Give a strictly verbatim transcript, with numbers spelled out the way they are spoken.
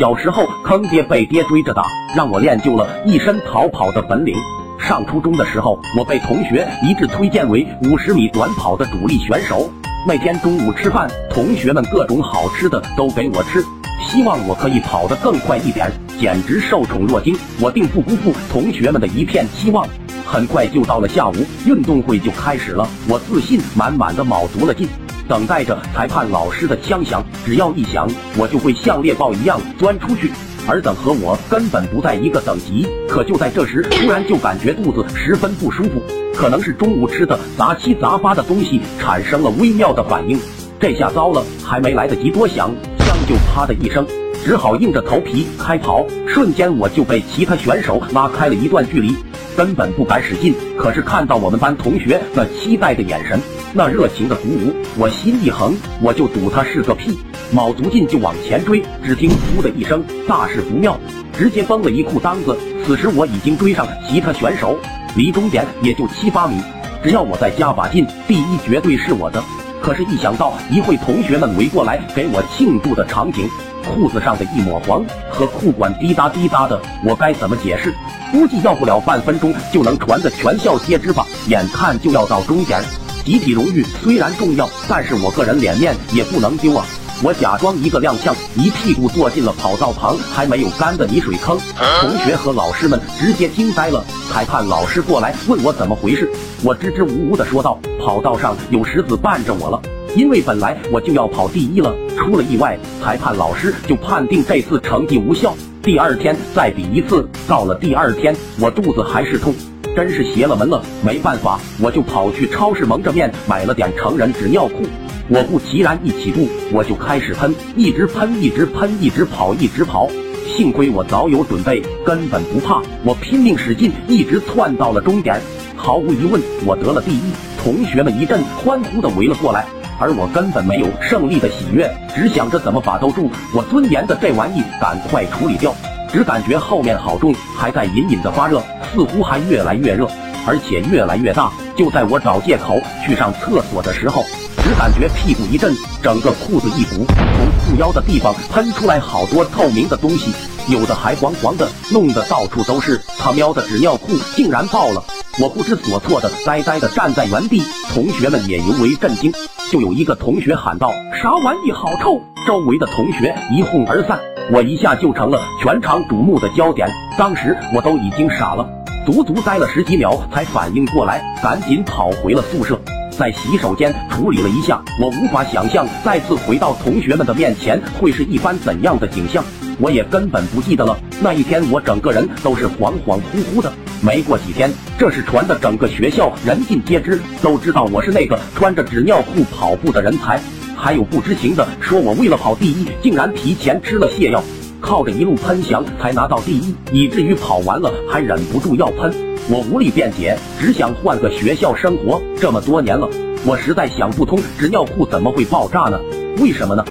小时候坑爹被爹追着打，让我练就了一身逃跑的本领。上初中的时候，我被同学一致推荐为五十米短跑的主力选手。每天中午吃饭，同学们各种好吃的都给我吃，希望我可以跑得更快一点，简直受宠若惊。我定不辜负同学们的一片期望。很快就到了下午，运动会就开始了，我自信满满的卯足了劲，等待着裁判老师的枪响，只要一响，我就会像猎豹一样钻出去。尔等和我根本不在一个等级，可就在这时，突然就感觉肚子十分不舒服，可能是中午吃的杂七杂八的东西产生了微妙的反应。这下糟了，还没来得及多想，枪就啪的一声，只好硬着头皮开跑。瞬间我就被其他选手拉开了一段距离，根本不敢使劲，可是看到我们班同学那期待的眼神，那热情的鼓舞，我心一横，我就赌他是个屁，卯足劲就往前追。只听噗的一声，大事不妙，直接崩了一裤裆子。此时我已经追上其他选手，离终点也就七八米，只要我再加把劲，第一绝对是我的。可是，一想到一会同学们围过来给我庆祝的场景，裤子上的一抹黄和裤管滴答滴答的，我该怎么解释？估计要不了半分钟就能传得全校皆知吧。眼看就要到终点，集体荣誉虽然重要，但是我个人脸面也不能丢啊。我假装一个踉跄，一屁股坐进了跑道旁还没有干的泥水坑。同学和老师们直接惊呆了。裁判老师过来问我怎么回事，我支支吾吾的说道：跑道上有石子绊着我了，因为本来我就要跑第一了，出了意外，裁判老师就判定这次成绩无效，第二天再比一次。到了第二天，我肚子还是痛，真是邪了门了。没办法，我就跑去超市蒙着面买了点成人纸尿裤。果不其然，一起步我就开始喷，一直喷一直喷，一直跑一直跑。幸亏我早有准备，根本不怕，我拼命使劲，一直窜到了终点。毫无疑问，我得了第一，同学们一阵欢呼的围了过来，而我根本没有胜利的喜悦，只想着怎么把兜住我尊严的这玩意赶快处理掉。只感觉后面好重，还在隐隐的发热，似乎还越来越热，而且越来越大。就在我找借口去上厕所的时候，只感觉屁股一震，整个裤子一鼓，从裤腰的地方喷出来好多透明的东西，有的还黄黄的，弄得到处都是。他喵的纸尿裤竟然爆了！我不知所措的呆呆的站在原地，同学们也尤为震惊。就有一个同学喊道：啥玩意好臭！周围的同学一哄而散，我一下就成了全场瞩目的焦点。当时我都已经傻了，足足呆了十几秒才反应过来，赶紧跑回了宿舍，在洗手间处理了一下。我无法想象再次回到同学们的面前会是一番怎样的景象，我也根本不记得了。那一天我整个人都是恍恍惚惚的。没过几天，这事传的整个学校人尽皆知，都知道我是那个穿着纸尿裤跑步的人才。还有不知情的说我为了跑第一，竟然提前吃了泻药，靠着一路喷翔才拿到第一，以至于跑完了还忍不住要喷。我无力辩解，只想换个学校生活。这么多年了，我实在想不通纸尿裤怎么会爆炸呢？为什么呢？